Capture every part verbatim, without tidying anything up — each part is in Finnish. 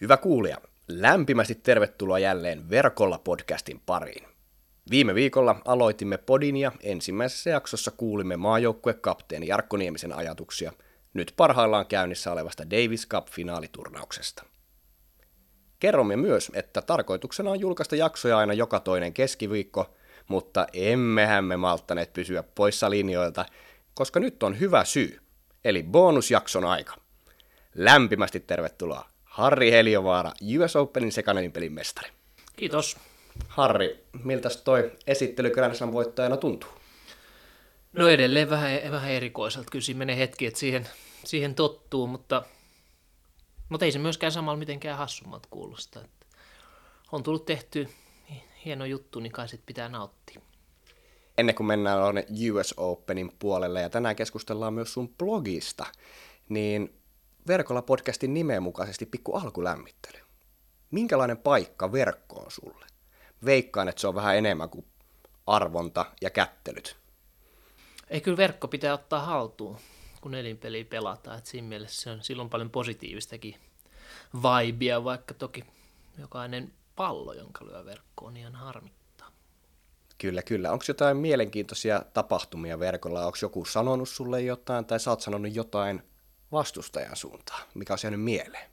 Hyvä kuulija, lämpimästi tervetuloa jälleen Verkolla podcastin pariin. Viime viikolla aloitimme podin ja ensimmäisessä jaksossa kuulimme maajoukkuekapteeni Jarkko Niemisen ajatuksia nyt parhaillaan käynnissä olevasta Davis Cup-finaaliturnauksesta. Kerromme myös, että tarkoituksena on julkaista jaksoja aina joka toinen keskiviikko, mutta emmehän me malttaneet pysyä poissa linjoilta, koska nyt on hyvä syy, eli bonusjakson aika. Lämpimästi tervetuloa Harri Heliövaara, U S Openin sekanelinpelin mestari. Kiitos. Harri, miltäs toi esittely Grand Slam voittajana tuntuu? No edelleen vähän, vähän erikoiselta. Kyllä siinä menee hetki, että siihen, siihen tottuu, mutta, mutta ei se myöskään samalla mitenkään hassummalta kuulosta. Että on tullut tehty hieno juttu, niin kai sit pitää nauttia. Ennen kuin mennään U S Openin puolelle ja tänään keskustellaan myös sun blogista, niin Verkolla podcastin nimeen mukaisesti pikku alkulämmittely. Minkälainen paikka verkko on sulle? Veikkaan, että se on vähän enemmän kuin arvonta ja kättelyt. Ei, kyllä verkko pitää ottaa haltuun, kun nelinpeliä pelataan. Et siinä mielessä se on silloin paljon positiivistakin vibea, vaikka toki jokainen pallo, jonka lyö verkkoon, ihan harmittaa. Kyllä, kyllä. Onko jotain mielenkiintoisia tapahtumia verkolla? Onko joku sanonut sulle jotain tai sä oot sanonut jotain vastustajan suuntaan, mikä on jäänyt mieleen?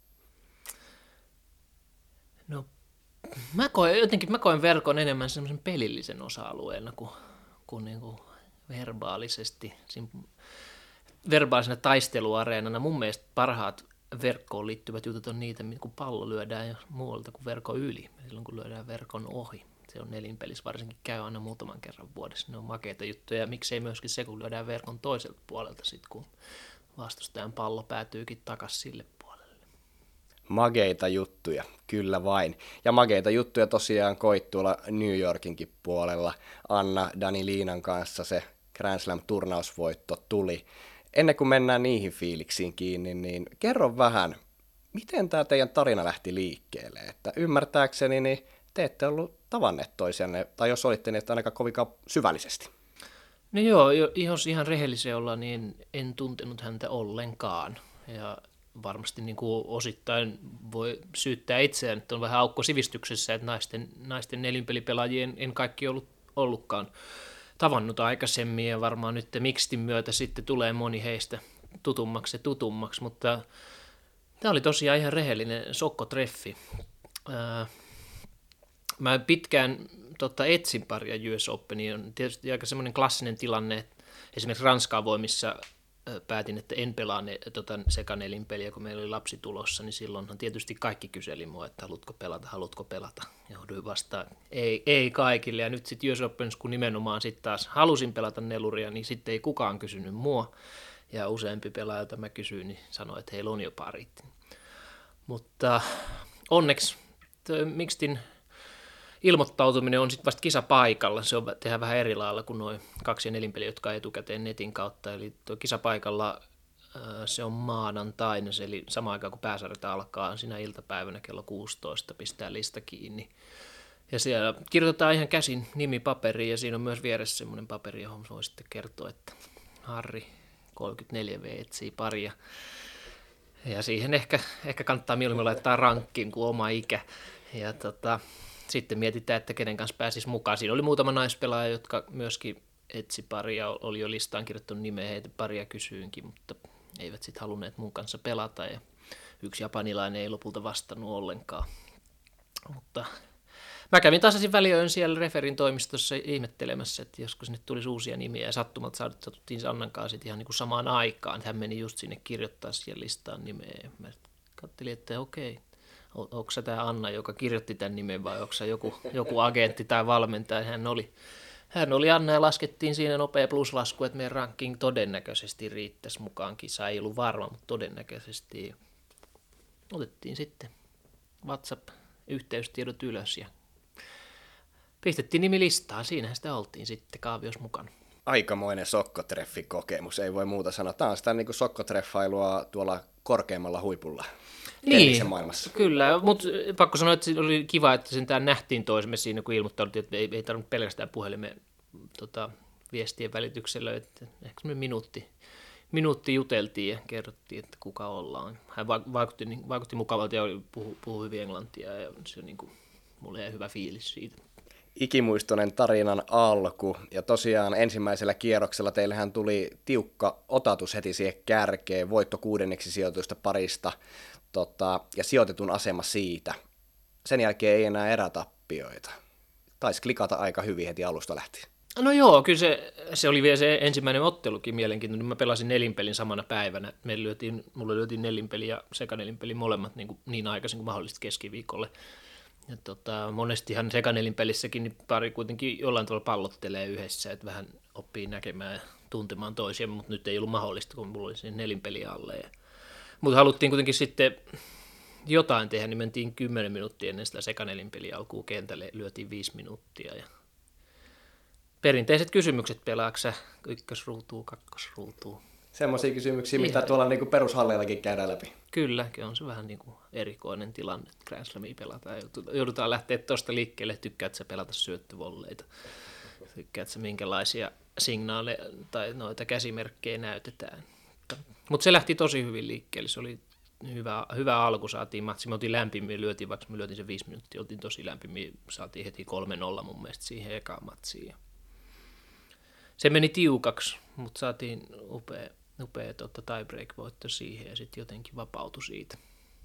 No, mä koen, jotenkin mä koen verkon enemmän semmoisen pelillisen osa-alueena kuin, kuin, niin kuin verbaalisesti. Siinä verbaalisena taisteluareenana mun mielestä parhaat verkkoon liittyvät jutut on niitä, kun pallo lyödään jo muualta kuin verkon yli, silloin kun lyödään verkon ohi. Se on nelinpelissä varsinkin käy aina muutaman kerran vuodessa. Ne on makeita juttuja ja miksei myöskin se, kun lyödään verkon toiselta puolelta sit, kun vastustajan pallo päätyykin takaisin sille puolelle. Mageita juttuja, kyllä vain. Ja mageita juttuja tosiaan koit tuolla New Yorkinkin puolella. Anna Dani Liinan kanssa se Grand Slam-turnausvoitto tuli. Ennen kuin mennään niihin fiiliksiin kiinni, niin kerro vähän, miten tämä teidän tarina lähti liikkeelle? Että ymmärtääkseni niin te ette ollut tavanneet toisianne, tai jos olitte, niin ainakaan kovinkaan syvällisesti. No joo, jos ihan rehellisiä olla, niin en tuntenut häntä ollenkaan. Ja varmasti niin kuin osittain voi syyttää itseään, että on vähän aukko sivistyksessä, että naisten, naisten nelinpelipelaajien en kaikki ollut ollutkaan tavannut aikaisemmin, ja varmaan nyt Mixtin myötä sitten tulee moni heistä tutummaksi ja tutummaksi, mutta tämä oli tosiaan ihan rehellinen sokkotreffi. Ää, mä pitkään tota, etsin paria U S Openia. On tietysti aika semmoinen klassinen tilanne, että esimerkiksi Ranskan voimissa päätin, että en pelaa ne, tota, sekanelinpeliä, kun meillä oli lapsi tulossa, niin silloinhan tietysti kaikki kyseli mua, että haluatko pelata, haluatko pelata. Jouduin vastaan, ei, ei kaikille. Ja nyt sitten U S Opens, kun nimenomaan sitten taas halusin pelata neluria, niin sitten ei kukaan kysynyt mua. Ja useampi pelaaja, jota mä kysyin, niin sanoi, että heillä on jo parit. Mutta onneksi Mixtin ilmoittautuminen on sitten vasta kisapaikalla. Se on tehdään vähän eri lailla kuin nuo kaksi- ja nelinpeliä, jotka on etukäteen netin kautta. Eli tuo kisapaikalla se on maanantaina, eli samaan aikaan kun pääsarjata alkaa, siinä iltapäivänä kello kuusitoista pistää lista kiinni. Ja siellä kirjoitetaan ihan käsin nimi paperiin, ja siinä on myös vieressä semmoinen paperi, johon voi sitten kertoa, että Harri kolmekymmentäneljä vuotias etsii paria. Ja siihen ehkä, ehkä kannattaa mieluummin laittaa rankkiin kuin oma ikä. Ja tota, sitten mietitään, että kenen kanssa pääsisi mukaan. Siinä oli muutama naispelaaja, jotka myöskin etsi paria, oli jo listaan kirjoittanut nimeä, heitä paria kysyinkin, mutta eivät sitten halunneet mun kanssa pelata. Ja yksi japanilainen ei lopulta vastannut ollenkaan. Mutta mä kävin tasaisin väliöön siellä referin toimistossa ihmettelemässä, että joskus sinne tulisi uusia nimiä, ja sattumalta saatuttiin Sannan kanssa sitten ihan niin kuin samaan aikaan. Hän meni just sinne kirjoittaa siihen listaan nimeä, ja mä katselin, että okei. Onko se tämä Anna, joka kirjoitti tämän nimen, vai onko se joku, joku agentti tai valmentaja? Hän oli, hän oli Anna, ja laskettiin siinä nopea pluslasku, että meidän ranking todennäköisesti riittäisi mukaan kisaan. Ei ollut varma, mutta todennäköisesti. Otettiin sitten WhatsApp-yhteystiedot ylös ja pistettiin nimi listaan. Siinähän sitä oltiin sitten kaaviossa mukana. Aikamoinen sokkotreffikokemus, ei voi muuta sanoa. Tämä on sitä niin kuin sokkotreffailua tuolla korkeammalla huipulla. Niin, maailmassa. Kyllä, mutta pakko sanoa, että oli kiva, että sentään nähtiin toisemme siinä, kun ilmoittauduttiin, että ei, ei tarvinnut pelkästään puhelimen tota, viestien välityksellä, että ehkä semmoinen minuutti, minuutti juteltiin ja kerrottiin, että kuka ollaan. Hän vaikutti, vaikutti mukavalta ja puhui, puhui hyvin englantia ja se niin kuin, mulle jäi hyvä fiilis siitä. Ikimuistoinen tarinan alku, ja tosiaan ensimmäisellä kierroksella teillähän tuli tiukka otatus heti siihen kärkeen, voitto kuudenneksi sijoitusta parista, tota, ja sijoitetun asema siitä. Sen jälkeen ei enää erätappioita. Taisi klikata aika hyvin heti alusta lähtien. No joo, kyllä se, se oli vielä se ensimmäinen ottelukin mielenkiintoinen. Mä pelasin nelinpelin samana päivänä. Meillä lyötiin, mulle lyötiin nelinpeli ja sekanelinpeli molemmat niin, kuin, niin aikaisin kuin mahdollisesti keskiviikolle. Ja tota, monestihan sekanelinpelissäkin niin pari kuitenkin jollain tavalla pallottelee yhdessä, että vähän oppii näkemään ja tuntemaan toisia, mutta nyt ei ollut mahdollista, kun mulla oli siinä nelinpeli alle. Ja... Mutta haluttiin kuitenkin sitten jotain tehdä, niin mentiin kymmenen minuuttia ennen sitä sekanelinpeliä alkuun kentälle, lyötiin viisi minuuttia. Ja... Perinteiset kysymykset, pelaatko sä ykkösruutuun, kakkosruutuun? Semmoisia kysymyksiä, mitä ihan... tuolla niinku perushalleillakin käydään läpi. Kyllä, on se vähän niin kuin erikoinen tilanne, että Grand Slamia pelataan. Joudutaan lähteä tuosta liikkeelle, tykkäätkö sä pelata syöttövolleita, tykkäätkö sä minkälaisia signaaleja tai noita käsimerkkejä näytetään. Mutta se lähti tosi hyvin liikkeelle, se oli hyvä, hyvä alku, saatiin matsi, me oltiin lämpimiä, lyötiin, vaikka me lyötiin se viisi minuuttia, oltiin tosi lämpimiä, saatiin heti kolme nolla mun mielestä siihen ekaan matsiin. Se meni tiukaksi, mutta saatiin upea, upea tota, tiebreak-voitto siihen ja sitten jotenkin vapautui siitä.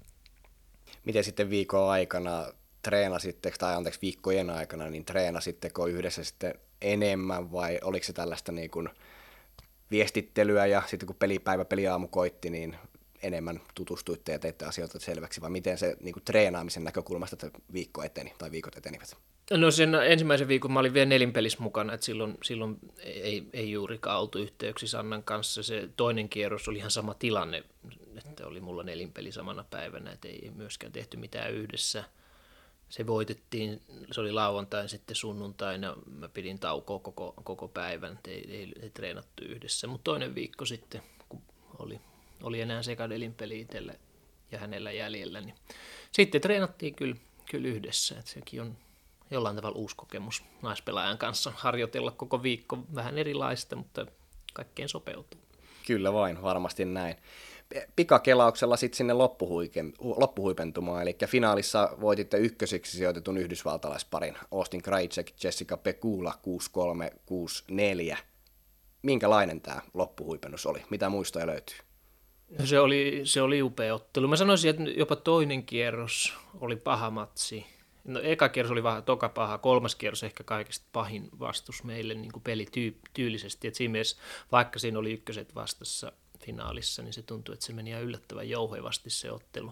Miten sitten viikon aikana treenasitteko, tai anteeksi viikkojen aikana, niin treenasitteko yhdessä sitten enemmän vai oliko se tällaista niin kuin viestittelyä ja sitten kun pelipäivä, peliaamu koitti, niin enemmän tutustuitte ja teitte asioita selväksi vai miten se niin kuin treenaamisen näkökulmasta että viikko eteni tai viikot etenivät? No sen ensimmäisen viikon mä olin vielä nelinpelissä mukana, että silloin, silloin ei, ei juurikaan oltu yhteyksissä Annan kanssa. Se toinen kierros oli ihan sama tilanne, että oli mulla nelinpeli samana päivänä, että ei myöskään tehty mitään yhdessä. Se voitettiin, se oli lauantain, sitten sunnuntaina mä pidin taukoa koko, koko päivän, että ei, ei, ei treenattu yhdessä. Mutta toinen viikko sitten, kun oli, oli enää sekanelinpeli itsellä ja hänellä jäljellä, niin sitten treenattiin kyllä, kyllä yhdessä, että sekin on jollain tavalla uusi kokemus naispelaajan kanssa harjoitella koko viikko, vähän erilaista, mutta kaikkeen sopeutuu. Kyllä vain, varmasti näin. Pikakelauksella sitten sinne loppuhuipentumaan, eli finaalissa voititte ykkösiksi sijoitetun yhdysvaltalaisparin Austin Krajicek, Jessica Pegula kuusi kolme kuusi neljä. Minkälainen tämä loppuhuipennus oli? Mitä muistoja löytyy? No se oli, se oli upea ottelu. Mä sanoisin, että jopa toinen kierros oli paha matsi. No eka kierros oli vähän toka paha, kolmas kierros ehkä kaikista pahin vastus meille niin kuin pelityylisesti. Et siinä mielessä, vaikka siinä oli ykköset vastassa finaalissa, niin se tuntui, että se meni ihan yllättävän jouhevasti se ottelu.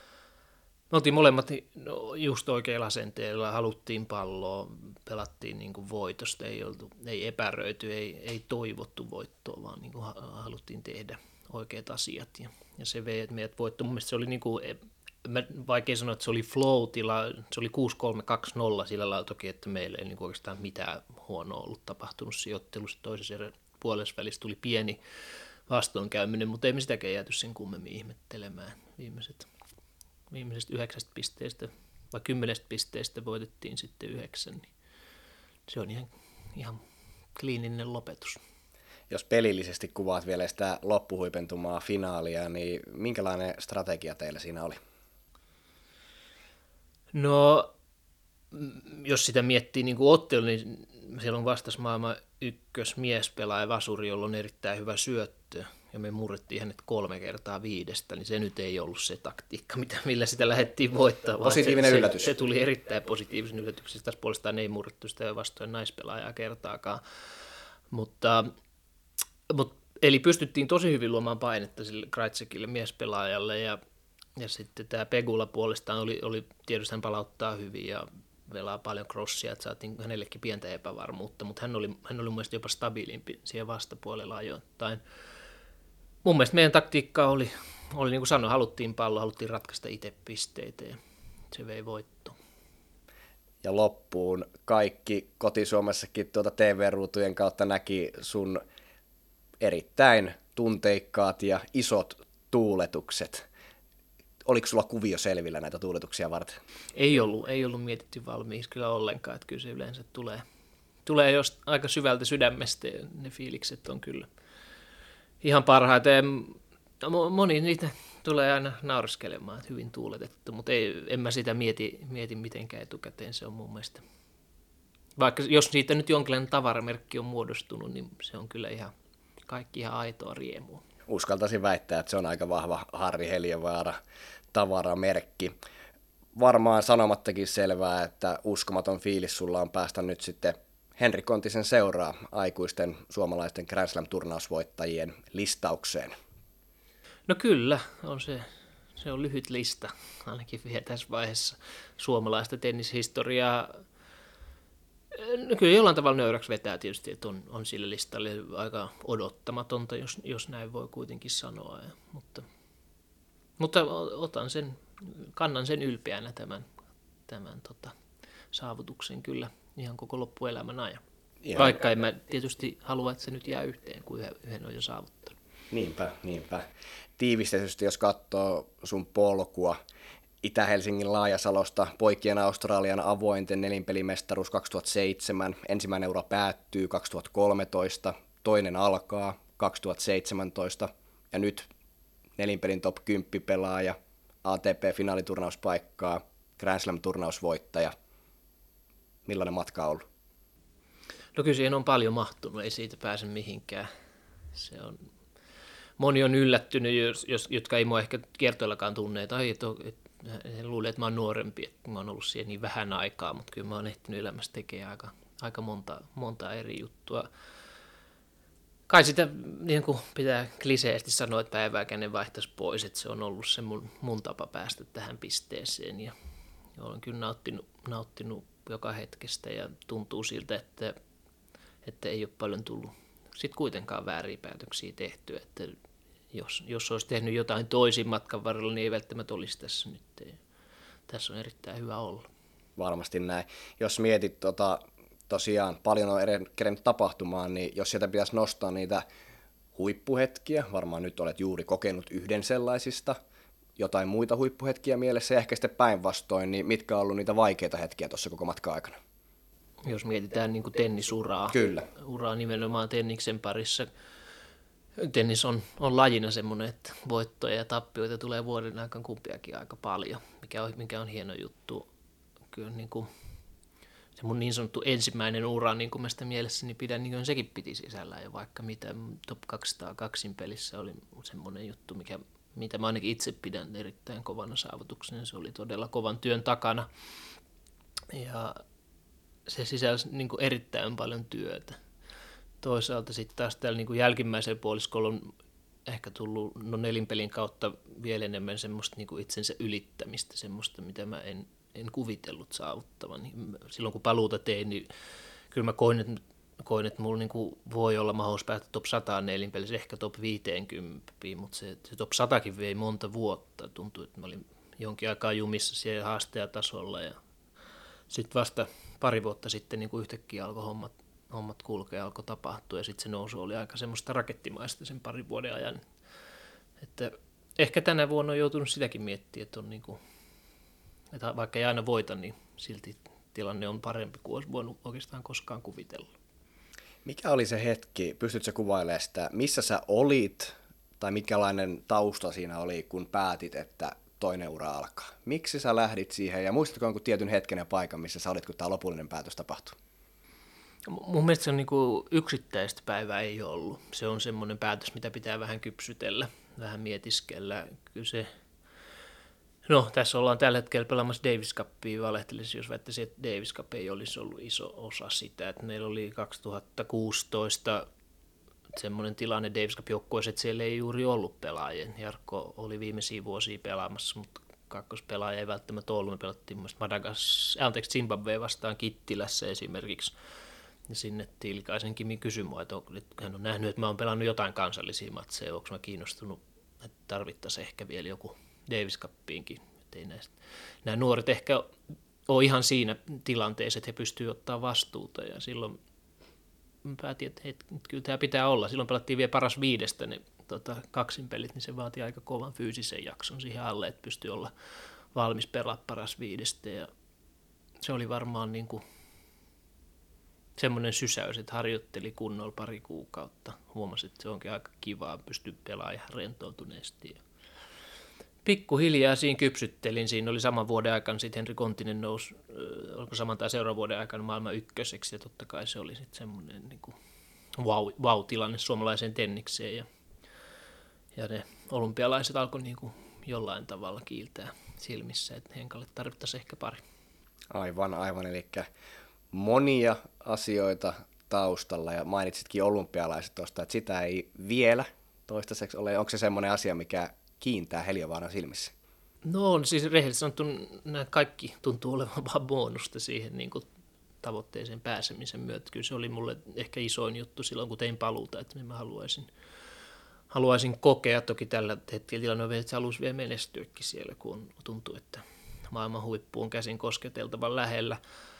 Me oltiin molemmat no, just oikeilla asenteilla, haluttiin palloa, pelattiin niin kuin voitosta, ei, oltu, ei epäröity, ei, ei toivottu voittoa, vaan niin kuin haluttiin tehdä oikeat asiat. Ja, ja se vei meidät voitto. Mun mielestä se oli niin kuin, mä vaikea sanoa, että se oli flow-tila, se oli kuusi kolme kaksi nolla sillä lailla toki, että meillä ei niin kuin oikeastaan mitään huonoa ollut tapahtunut sijoittelussa. Toisessa erän puolessa välissä tuli pieni vastoinkäyminen, mutta ei me sitäkään jääty sen kummemmin ihmettelemään. Viimeiset, viimeisestä yhdeksästä pisteestä vai kymmenestä pisteestä voitettiin sitten yhdeksän, niin se on ihan, ihan kliininen lopetus. Jos pelillisesti kuvaat vielä sitä loppuhuipentumaa finaalia, niin minkälainen strategia teillä siinä oli? No, jos sitä miettii niin kuin ottelu, niin siellä on vastas maailman ykkös miespelaaja Vasuri, jolla on erittäin hyvä syöttö, ja me murrettiin hänet kolme kertaa viidestä, niin se nyt ei ollut se taktiikka, mitä, millä sitä lähdettiin voittamaan. Positiivinen se, yllätys. Se, se tuli erittäin positiivisen yllätyksen. Tässä puolestaan ei murrettu sitä vastoin naispelaajaa kertaakaan. Mutta, mutta, eli pystyttiin tosi hyvin luomaan painetta sille Krajicekille miespelaajalle, ja, ja sitten tämä Pegula puolestaan oli, oli tietysti hän palauttaa hyvin, ja velaa paljon crossia, että saatiin hänellekin pientä epävarmuutta, mutta hän oli, hän oli mun mielestä jopa stabiilimpi siihen vastapuolella ajoittain. Mun mielestä meidän taktiikka oli, oli niin kuin sanoin, haluttiin pallo, haluttiin ratkaista itse pisteitä ja se vei voittoon. Ja loppuun kaikki kotisuomessakin tuota T V-ruutujen kautta näki sun erittäin tunteikkaat ja isot tuuletukset. Oliko sulla kuvio selvillä näitä tuuletuksia varten? Ei ollut, ei ollut mietitty valmiiksi kyllä ollenkaan, että kyllä se yleensä tulee, tulee jos aika syvältä sydämestä ja ne fiilikset on kyllä ihan parhaiten. Moni niitä tulee aina nauriskelemaan, että hyvin tuuletettu, mutta ei, en mä sitä mieti, mieti mitenkään etukäteen, se on mun mielestä. Vaikka jos siitä nyt jonkinlainen tavaramerkki on muodostunut, niin se on kyllä ihan kaikki ihan aitoa riemua. Uskaltaisin väittää, että se on aika vahva Harri Heliövaara tavaramerkki. Varmaan sanomattakin selvää, että uskomaton fiilis sulla on päästä nyt sitten Henri Kontisen seuraa aikuisten suomalaisten Grand Slam-turnausvoittajien listaukseen. No kyllä, on se, se on lyhyt lista, ainakin vielä tässä vaiheessa suomalaista tennishistoriaa. No kyllä jollain tavalla nöyräksi vetää tietysti, että on, on sille listalle aika odottamatonta, jos, jos näin voi kuitenkin sanoa. Ja, mutta, mutta otan sen, kannan sen ylpeänä tämän, tämän tota, saavutuksen kyllä ihan koko loppuelämän ajan. Ihan. Vaikka en mä tietysti halua, että se nyt jää yhteen, kun yhden, yhden on jo saavuttanut. Niinpä, niinpä. Tiivistetysti, jos katsoo sun polkua Itä-Helsingin Laajasalosta, poikien Australian avointen nelinpelimestaruus kaksituhattaseitsemän, ensimmäinen ura päättyy kaksituhattakolmetoista, toinen alkaa kaksituhattaseitsemäntoista ja nyt nelinpelin top kymmenen pelaaja, A T P-finaaliturnauspaikkaa, Grand Slam-turnausvoittaja. Millainen matka on ollut? No kyllä siihen on paljon mahtunut, ei siitä pääse mihinkään. Se on, moni on yllättynyt, jos, jos, jotka ei mua ehkä kiertoillakaan tunne, että ai, että, että he luulee, että mä oon nuorempi, että mä oon ollut siihen niin vähän aikaa, mutta kyllä mä oon ehtinyt elämässä tekemään aika, aika monta, monta eri juttua. Kai sitä niin kuin pitää kliseesti sanoa, että päivääkään ne vaihtaisi pois, että se on ollut se mun, mun tapa päästä tähän pisteeseen ja olen kyllä nauttinut, nauttinut joka hetkestä ja tuntuu siltä, että, että ei ole paljon tullut sitten kuitenkaan vääriä päätöksiä tehtyä, että jos, jos olisi tehnyt jotain toisin matkan varrella, niin ei välttämättä olisi tässä nyt. Tässä on erittäin hyvä olla. Varmasti näin. Jos mietit, tota, tosiaan paljon on kerennyt tapahtumaan, niin jos sieltä pitäisi nostaa niitä huippuhetkiä, varmaan nyt olet juuri kokenut yhden sellaisista, jotain muita huippuhetkiä mielessä ja ehkä sitten päinvastoin, niin mitkä on ollut niitä vaikeita hetkiä tuossa koko matkan aikana? Jos mietitään niin kuin tennisuraa, Kyllä. Uraa nimenomaan tenniksen parissa. Tennis on, on lajina semmoinen, että voittoja ja tappioita tulee vuoden aikana kumpiakin aika paljon, mikä on, mikä on hieno juttu. Kyllä niin kuin, se mun niin sanottu ensimmäinen ura, niin kuin mä sitä mielessäni pidän, niin sekin piti sisällään jo vaikka mitä. Top kaksisataa kaksin pelissä oli semmoinen juttu, mikä, mitä mä ainakin itse pidän erittäin kovana saavutuksena. Se oli todella kovan työn takana ja se sisälsi niin kuin erittäin paljon työtä. Toisaalta sitten taas täällä niin kuin jälkimmäisellä puoliskolla on ehkä tullut no nelinpelin kautta vielä enemmän semmoista niin kuin itsensä ylittämistä, semmoista mitä mä en, en kuvitellut saavuttavan. Silloin kun paluuta tein, niin kyllä mä koin, että, koin, että mulla niin kuin voi olla mahdollisuus päästä top sata nelinpelissä, ehkä top viisikymmentä, mutta se, se top satakin vei monta vuotta. Tuntui, että mä olin jonkin aikaa jumissa siellä haastajatasolla ja sitten vasta pari vuotta sitten niin kuin yhtäkkiä alkoi hommat, hommat kulkea, alkoi tapahtua ja sitten se nousu oli aika semmoista rakettimaista sen parin vuoden ajan. Että ehkä tänä vuonna on joutunut sitäkin miettimään, että, on niin kuin, että vaikka ei aina voita, niin silti tilanne on parempi kuin olisi voinut oikeastaan koskaan kuvitella. Mikä oli se hetki, pystytkö kuvailemaan sitä, missä sä olit tai mikälainen tausta siinä oli, kun päätit, että toinen ura alkaa? Miksi sä lähdit siihen ja muistatko jonkun tietyn hetken ja paikan, missä sä olit, kun tämä lopullinen päätös tapahtui? Mun mielestä se on niin kuin yksittäistä päivää ei ollut. Se on semmoinen päätös, mitä pitää vähän kypsytellä, vähän mietiskellä. Kyllä se, no tässä ollaan tällä hetkellä pelaamassa Davis Cupia, valehtelisin, jos väittäisin, että Davis Cup ei olisi ollut iso osa sitä. Että meillä oli kaksituhattakuusitoista semmoinen tilanne Davis Cup-joukkueessa, että siellä ei juuri ollut pelaajia. Jarkko oli viimeisiä vuosia pelaamassa, mutta kakkospelaaja ei välttämättä ollut. Me pelattiin myös Madagas, anteeksi, Zimbabwe vastaan Kittilässä esimerkiksi. Ja sinne Tiilikaisen Kimi kysyi mua, että hän on nähnyt, että mä oon pelannut jotain kansallisia matseja, onko mä kiinnostunut, että tarvittaisiin ehkä vielä joku Davis Cupiinkin. Ei näistä, nämä nuoret ehkä ole ihan siinä tilanteessa, että he pystyvät ottaa vastuuta ja silloin päätin, että hei, kyllä tämä pitää olla. Silloin pelattiin vielä paras viidestä ne tota, kaksinpelit, niin se vaatii aika kovan fyysisen jakson siihen alle, että pystyy olla valmis pelaa paras viidestä ja se oli varmaan niin kuin semmoinen sysäys, että harjoitteli kunnolla pari kuukautta. Huomasin, että se onkin aika kivaa, pystyy pelaamaan ihan rentoutuneesti. Pikkuhiljaa siinä kypsyttelin. Siinä oli saman vuoden aikana sitten Henri Kontinen nousi, oliko saman tai seuraavan vuoden aikana maailman ykköseksi. Ja totta kai se oli sitten semmoinen niin kuin wow-tilanne suomalaiseen tennikseen. Ja, ja ne olympialaiset alkoi niin kuin jollain tavalla kiiltää silmissä, että Henkalle tarvittaisiin ehkä pari. Aivan, aivan. Eli monia asioita taustalla ja mainitsitkin olympialaiset tuosta, että sitä ei vielä toistaiseksi ole. Onko se semmoinen asia, mikä kiintää Heliövaaran silmissä? No siis rehellisesti sanottu, nämä kaikki tuntuu olevan vaan bonusta siihen niin kuin tavoitteeseen pääsemisen myötä. Kyllä se oli mulle ehkä isoin juttu silloin, kun tein paluuta, että mä haluaisin, haluaisin kokea. Toki tällä hetkellä tilanne on vielä, että se haluaisi vielä menestyäkin siellä, kun tuntuu, että maailman huippu on käsin kosketeltavan lähellä.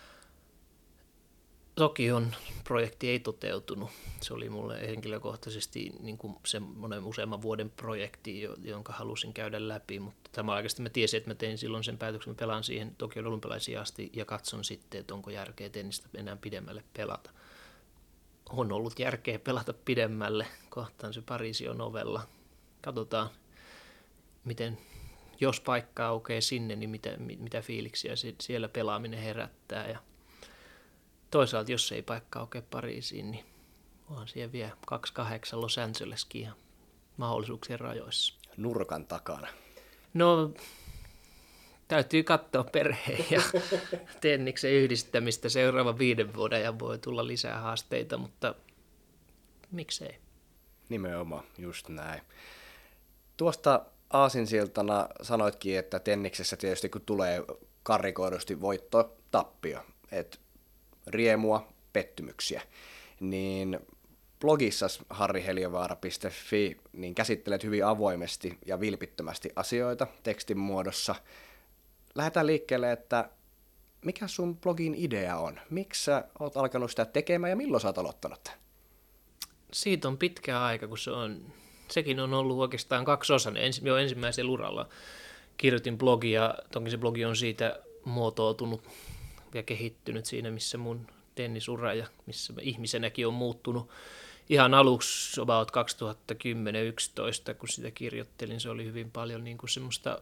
Tokion projekti ei toteutunut. Se oli mulle henkilökohtaisesti niin kuin semmoinen useamman vuoden projekti, jonka halusin käydä läpi, mutta samalla aikaisesti mä tiesin, että mä tein silloin sen päätöksen, mä pelaan siihen Tokion olympialaisiin asti ja katson sitten, että onko järkeä tennistä enää pidemmälle pelata. On ollut järkeä pelata pidemmälle, kohtaan se Pariisi on ovella. Katsotaan, miten, jos paikka aukeaa sinne, niin mitä, mitä fiiliksiä siellä pelaaminen herättää. Ja toisaalta, jos ei paikka aukea Pariisiin, niin onhan siellä vielä kaksikymmentäkahdeksan Los Angeleskin ihan mahdollisuuksien rajoissa. Nurkan takana. No, täytyy katsoa perheen ja tenniksen yhdistämistä seuraavan viiden vuoden ja voi tulla lisää haasteita, mutta miksei? Nimenomaan, just näin. Tuosta aasinsiltana sanoitkin, että tenniksessä tietysti kun tulee karrikoidusti voitto, tappio, että riemua, pettymyksiä, niin blogissas harri heliövaara piste fi niin käsittelet hyvin avoimesti ja vilpittömästi asioita tekstin muodossa. Lähdetään liikkeelle, että mikä sun blogin idea on? Miksi sä oot alkanut sitä tekemään ja milloin sä oot aloittanut? Siitä on pitkä aika, kun se on, sekin on ollut oikeastaan kaksiosainen. Ensi, jo ensimmäisellä uralla kirjoitin blogia, toki se blogi on siitä muotoutunut ja kehittynyt siinä, missä mun tennisura ja missä ihmisenäkin on muuttunut. Ihan aluksi about kaksituhattakymmenen yksitoista, kun sitä kirjoittelin, se oli hyvin paljon niin kuin semmoista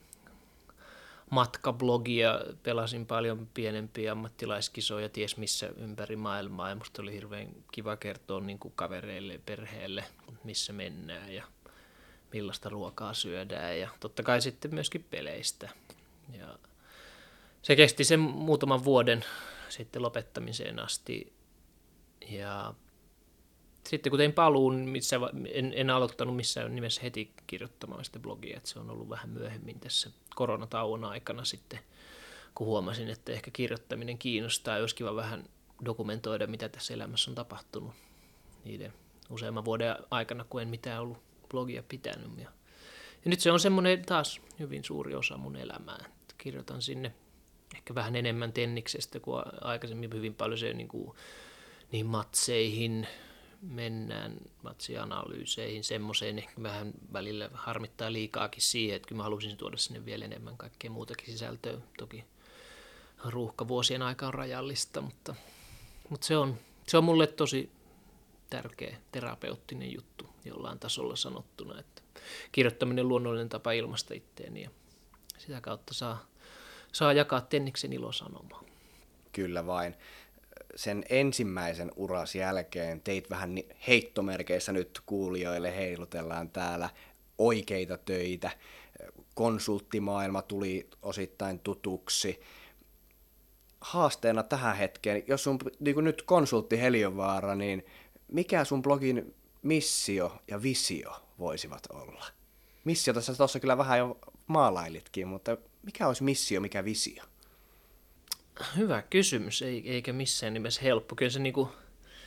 matkablogia, pelasin paljon pienempiä ammattilaiskisoja, ties missä ympäri maailmaa, ja musta oli hirveän kiva kertoa niin kuin kavereille ja perheelle, missä mennään ja millaista ruokaa syödään, ja totta kai sitten myöskin peleistä. Ja se kesti sen muutaman vuoden sitten lopettamiseen asti, ja sitten kun tein paluun, missä en, en aloittanut missään nimessä heti kirjoittamaan sitä blogia, että se on ollut vähän myöhemmin tässä koronatauon aikana sitten, kun huomasin, että ehkä kirjoittaminen kiinnostaa, olisi kiva vähän dokumentoida, mitä tässä elämässä on tapahtunut niiden useamman vuoden aikana, kun en mitään ollut blogia pitänyt. Ja, ja nyt se on semmoinen taas hyvin suuri osa mun elämää, että kirjoitan sinne ehkä vähän enemmän tenniksestä kuin aikaisemmin, hyvin paljon se niin kuin, niin matseihin, mennään matsianalyyseihin, semmoiseen ehkä vähän välillä harmittaa liikaakin siihen, että kyllä mä haluaisin tuoda sinne vielä enemmän kaikkea muutakin sisältöä. Toki ruuhkavuosien aika on rajallista, mutta, mutta se, on, se on mulle tosi tärkeä terapeuttinen juttu jollain tasolla sanottuna, että kirjoittaminen on luonnollinen tapa ilmaista itteeni ja sitä kautta saa, saa jakaa tenniksen ilosanomaa. Kyllä vain. Sen ensimmäisen uras jälkeen teit vähän heittomerkeissä nyt kuulijoille, heilutellaan täällä oikeita töitä. Konsulttimaailma tuli osittain tutuksi. Haasteena tähän hetkeen, jos sun niin kuin nyt konsultti Heliövaara, niin mikä sun blogin missio ja visio voisivat olla? Missio tässä tuossa kyllä vähän jo maalailitkin, mutta mikä olisi missio, mikä visio? Hyvä kysymys, eikä missään nimessä helppo. Kyllä se niin kuin,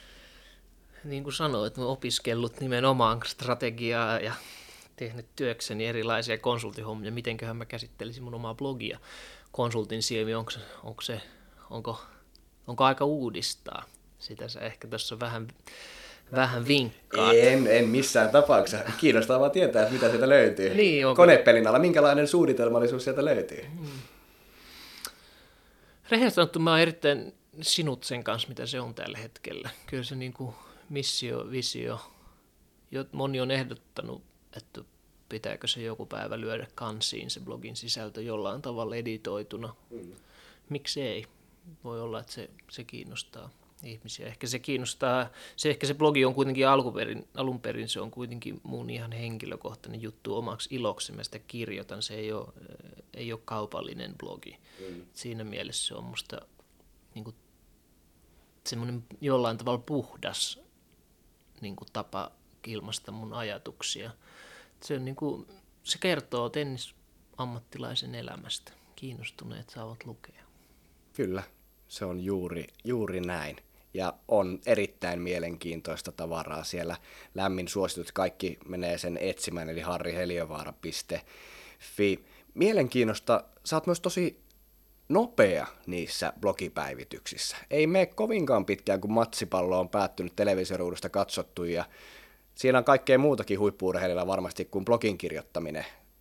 niin kuin sanoit, että olen opiskellut nimenomaan strategiaa ja tehnyt työkseni erilaisia konsultihommia. Mitenköhän mä käsittelisin mun omaa blogia konsultin silmi, onko, onko, se, onko, onko aika uudistaa? Sitä sä ehkä tässä vähän, vähän vinkkaat. En, en missään tapauksessa. Kiinnostaa vaan tietää, että mitä sieltä löytyy. Niin, onko... Konepelin alla, minkälainen suunnitelmallisuus sieltä löytyy? Hmm. Rehellisesti sanottu, mä oon erittäin sinut sen kanssa, mitä se on tällä hetkellä. Kyllä se niin kuin missio, visio, moni on ehdottanut, että pitääkö se joku päivä lyödä kansiin se blogin sisältö jollain tavalla editoituna. Mm. Miksi ei? Voi olla, että se, se kiinnostaa ihmisiä. Ehkä se kiinnostaa, se ehkä se blogi on kuitenkin alkuperin, alun perin se on kuitenkin mun ihan henkilökohtainen juttu omaksi iloksi. Mä sitä kirjoitan, se ei ole, ei ole kaupallinen blogi. Mm. Siinä mielessä se on musta niin kuin semmoinen jollain tavalla puhdas niin kuin tapa ilmaista mun ajatuksia. Se, on niin kuin, se kertoo tennisammattilaisen elämästä. Kiinnostuneet saavat lukea. Kyllä, se on juuri, juuri näin. Ja on erittäin mielenkiintoista tavaraa siellä. Lämmin suositus, kaikki menee sen etsimään, eli harri heliövaara piste fi. Mielenkiinnosta, sä oot myös tosi nopea niissä blogipäivityksissä. Ei mene kovinkaan pitkään, kun matsipallo on päättynyt televisioruudusta katsottu, ja siinä on kaikkea muutakin huippu-urheilijalla varmasti kuin blogin kirjoittaminen.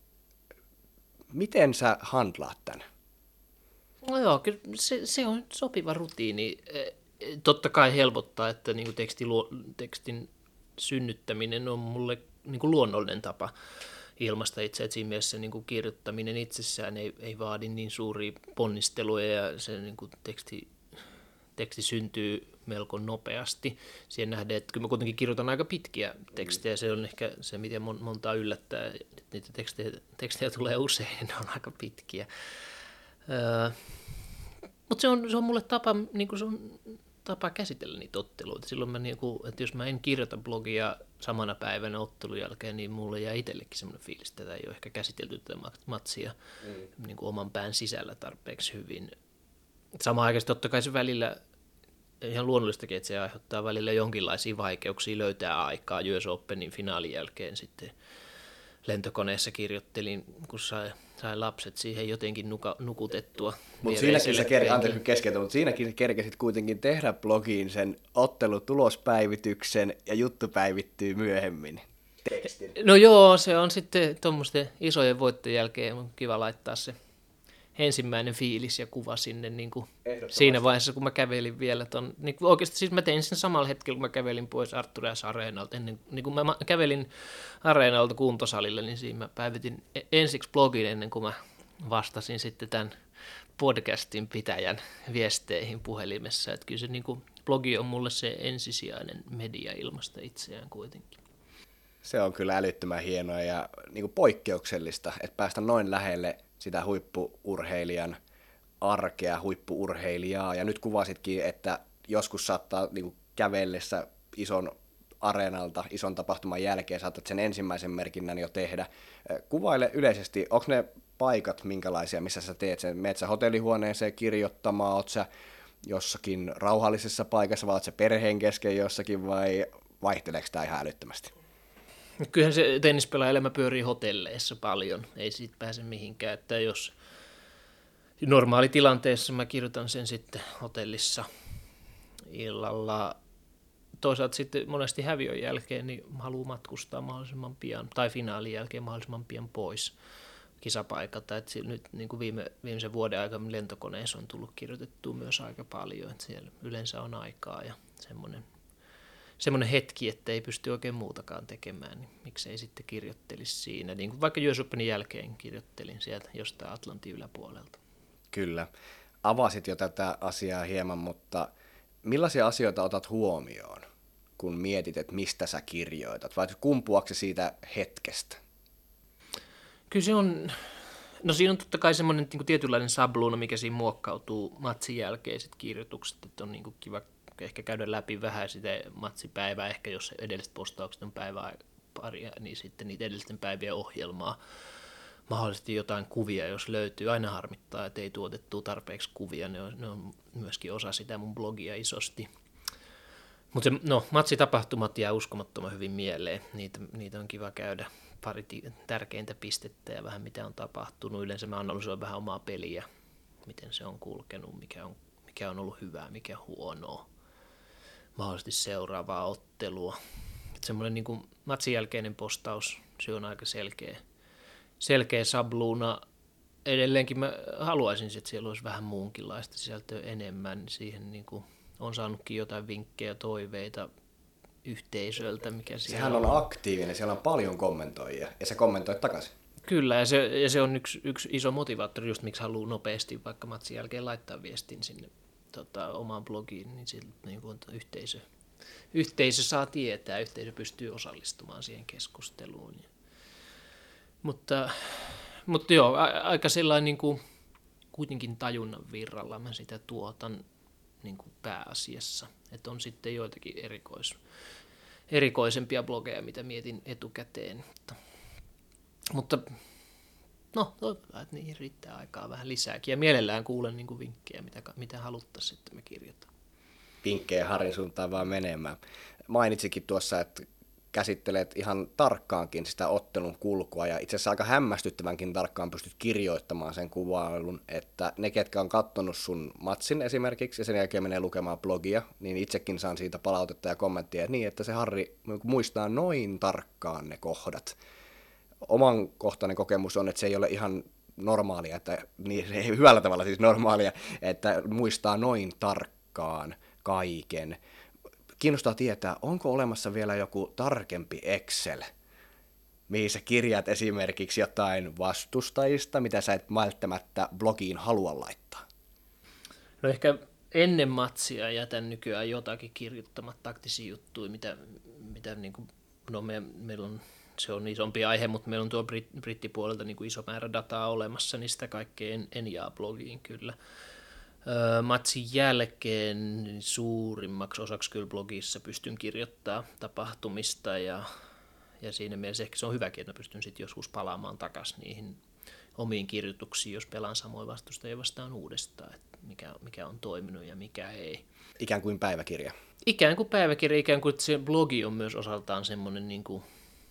Miten sä handlaat tämän? No joo, kyllä se, se on sopiva rutiini. Totta kai helpottaa, että niin kuin tekstin, tekstin synnyttäminen on mulle niin kuin luonnollinen tapa ilmaista itse, että siinä mielessä niin kuin kirjoittaminen itsessään ei, ei vaadi niin suuria ponnisteluja ja se niin kuin teksti, teksti syntyy melko nopeasti. Siihen nähdään, että kyllä mä kuitenkin kirjoitan aika pitkiä tekstejä, se on ehkä se, miten montaa yllättää, että niitä tekstejä, tekstejä tulee usein, ne on aika pitkiä. Öö, mutta se on, se on mulle tapa, niin kuin se on tapa käsitellä niitä otteluita. Silloin mä, niin kuin, että jos mä en kirjoita blogia samana päivänä ottelun jälkeen, niin mulle jää itsellekin semmoinen fiilis, että tätä ei ole ehkä käsitelty tätä matsia mm. niin kuin oman pään sisällä tarpeeksi hyvin. Samaan aikaan totta kai se välillä, ihan luonnollistakin, että se aiheuttaa välillä jonkinlaisia vaikeuksia löytää aikaa. U S Openin finaalin jälkeen sitten lentokoneessa kirjoittelin, kun sai, sai lapset siihen jotenkin nuka, nukutettua. Mutta siinäkin sä ker- anteeksi keskeytä, mutta siinäkin sä kerkesit kuitenkin tehdä blogiin sen ottelutulospäivityksen ja juttu päivittyy myöhemmin tekstin. No joo, se on sitten tuommoisten isojen voittojen jälkeen on kiva laittaa se ensimmäinen fiilis ja kuva sinne niin kuin siinä vaiheessa, kun mä kävelin vielä ton, niin kuin oikeasti siis mä tein sen samalla hetkellä, kun mä kävelin pois Arthur Ashe Areenalta, ennen niin kuin mä kävelin Areenalta kuntosalille, niin siinä mä päivitin ensiksi blogin ennen kuin mä vastasin sitten tämän podcastin pitäjän viesteihin puhelimessa, että kyllä se niin kuin blogi on mulle se ensisijainen media ilmasta itseään kuitenkin. Se on kyllä älyttömän hienoa ja niin kuin poikkeuksellista, että päästä noin lähelle sitä huippu-urheilijan arkea, huippu-urheilijaa. Ja nyt kuvasitkin, että joskus saattaa niin kuin kävellessä ison areenalta, ison tapahtuman jälkeen, saatat sen ensimmäisen merkinnän jo tehdä. Kuvaile yleisesti, onko ne paikat minkälaisia, missä sä teet sen? Meet sä hotellihuoneeseen kirjoittamaan, oot sä jossakin rauhallisessa paikassa, vai oot sä perheen kesken jossakin, vai vaihteleeko tämä ihan älyttömästi? Kyllähän se tennispelaajaelämä pyörii hotelleissa paljon, ei siitä pääse mihinkään, että jos normaalitilanteessa mä kirjoitan sen sitten hotellissa illalla, toisaalta sitten monesti häviön jälkeen niin haluaa matkustaa mahdollisimman pian, tai finaalin jälkeen mahdollisimman pian pois kisapaikalta, että nyt niin kuin viime, viimeisen vuoden aikana lentokoneessa on tullut kirjoitettua myös aika paljon, että siellä yleensä on aikaa ja semmoinen semmoinen hetki, että ei pysty oikein muutakaan tekemään, niin miksei sitten kirjoittelisi siinä. Niin kuin vaikka U S Openin jälkeen kirjoittelin sieltä jostain Atlantin yläpuolelta. Kyllä. Avasit jo tätä asiaa hieman, mutta millaisia asioita otat huomioon, kun mietit, että mistä sä kirjoitat? Vai kumpuako se siitä hetkestä? Kyllä se on, no siinä on totta kai semmoinen niin kuin tietynlainen sabluuna, mikä siinä muokkautuu matsin jälkeiset kirjoitukset, että on niin kuin kiva ehkä käydä läpi vähän sitä matsipäivää, ehkä jos edelliset postaukset on päivää paria, niin sitten niitä edellisten päivien ohjelmaa. Mahdollisesti jotain kuvia, jos löytyy. Aina harmittaa, että ei tuotettu tarpeeksi kuvia. Ne on, ne on myöskin osa sitä mun blogia isosti. Mutta no, matsitapahtumat jää uskomattoman hyvin mieleen. Niitä, niitä on kiva käydä. Pari tärkeintä pistettä ja vähän mitä on tapahtunut. Yleensä mä analysoin vähän omaa peliä, miten se on kulkenut, mikä on, mikä on ollut hyvää, mikä huonoa. Mahdollisesti seuraavaa ottelua. Semmoinen niin kuin matsin jälkeinen postaus, se on aika selkeä, selkeä sabluuna. edelleenkin mä haluaisin, että siellä olisi vähän muunkinlaista sisältöä enemmän. Siihen niin kuin on saanutkin jotain vinkkejä, toiveita yhteisöltä, mikä siellä Sehän on aktiivinen, siellä on paljon kommentoijia, ja se kommentoi takaisin. Kyllä, ja se, ja se on yksi, yksi iso motivaattori, just miksi haluaa nopeasti vaikka matsin jälkeen laittaa viestin sinne tota, omaan blogiin, niin siltä niin kuin yhteisö, yhteisö saa tietää, yhteisö pystyy osallistumaan siihen keskusteluun. Mutta, mutta joo, a, aika sellainen niin kuin, kuitenkin tajunnan virralla mä sitä tuotan niin kuin pääasiassa, että on sitten joitakin erikois, erikoisempia blogeja, mitä mietin etukäteen, mutta Mutta no, toivotaan, että niihin riittää aikaa vähän lisääkin. Ja mielellään kuulen niin kuin vinkkejä, mitä, mitä haluttaisiin, että me kirjoitetaan. Vinkkejä Harin suuntaan vaan menemään. Mainitsikin tuossa, että käsittelet ihan tarkkaankin sitä ottelun kulkua, ja itse asiassa aika hämmästyttävänkin tarkkaan pystyt kirjoittamaan sen kuvailun, että ne, ketkä on katsonut sun matsin esimerkiksi, ja sen jälkeen menee lukemaan blogia, niin itsekin saan siitä palautetta ja kommenttia niin, että se Harri muistaa noin tarkkaan ne kohdat. Oman kohtainen kokemus on, että se ei ole ihan normaalia, että niin, ei hyvällä tavalla siis normaalia, että muistaa noin tarkkaan kaiken. Kiinnostaa tietää, onko olemassa vielä joku tarkempi Excel, mihin sä kirjaat esimerkiksi jotain vastustajista, mitä sä et välttämättä blogiin halua laittaa? No ehkä ennen matsia jätän nykyään jotakin kirjoittamatta taktisia juttuja, mitä, mitä niin kuin, no me, meillä on se on isompi aihe, mutta meillä on tuo Brit- brittipuolelta niin kuin iso määrä dataa olemassa, niin sitä kaikkea en, en jaa blogiin kyllä. Öö, matsin jälkeen niin suurimmaksi osaksi kyllä blogissa pystyn kirjoittamaan tapahtumista, ja, ja siinä mielessä ehkä se on hyväkin, että pystyn sitten joskus palaamaan takaisin niihin omiin kirjoituksiin, jos pelaan samoin vastustajia vastaan uudestaan, että mikä, mikä on toiminut ja mikä ei. Ikään kuin päiväkirja. Ikään kuin päiväkirja, ikään kuin se blogi on myös osaltaan semmoinen niin kuin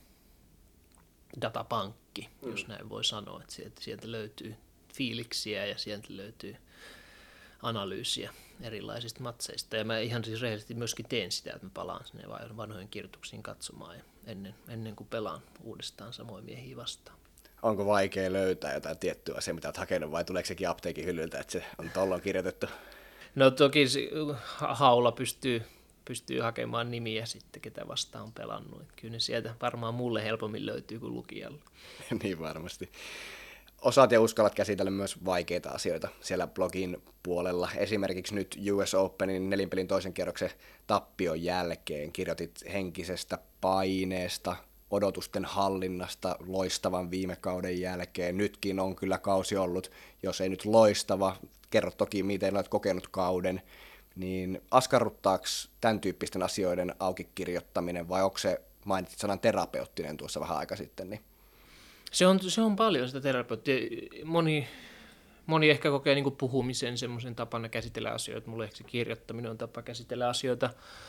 datapankki, mm. jos näin voi sanoa, että sieltä, sieltä löytyy fiiliksiä ja sieltä löytyy analyysiä erilaisista matseista. Ja mä ihan siis rehellisesti myöskin teen sitä, että mä palaan sinne vanhoihin kirjoituksiin katsomaan ja ennen, ennen kuin pelaan uudestaan samoin miehiä vastaan. Onko vaikea löytää jotain tiettyä asiaa, mitä olet hakenut, vai tuleeko sekin apteekin hyllyltä, että se on tuolloin kirjoitettu? No toki haulla pystyy pystyy hakemaan nimiä sitten, ketä vastaan on pelannut. Että kyllä ne sieltä varmaan mulle helpommin löytyy kuin lukijalle. Niin varmasti. Osaat ja uskallat käsitellä myös vaikeita asioita siellä blogin puolella. Esimerkiksi nyt U S Openin nelinpelin toisen kierroksen tappion jälkeen kirjoitit henkisestä paineesta, odotusten hallinnasta loistavan viime kauden jälkeen. Nytkin on kyllä kausi ollut, jos ei nyt loistava. Kerro toki, miten olet kokenut kauden. Niin askarruttaako tämän tyyppisten asioiden auki kirjoittaminen, vai onko se, mainitsit sanan terapeuttinen tuossa vähän aika sitten? Niin? Se, on, se on paljon sitä terapeuttia. Moni, moni ehkä kokee niin kuin puhumisen semmoisen tapana käsitellä asioita. Mulle ehkä se kirjoittaminen on tapa käsitellä asioita.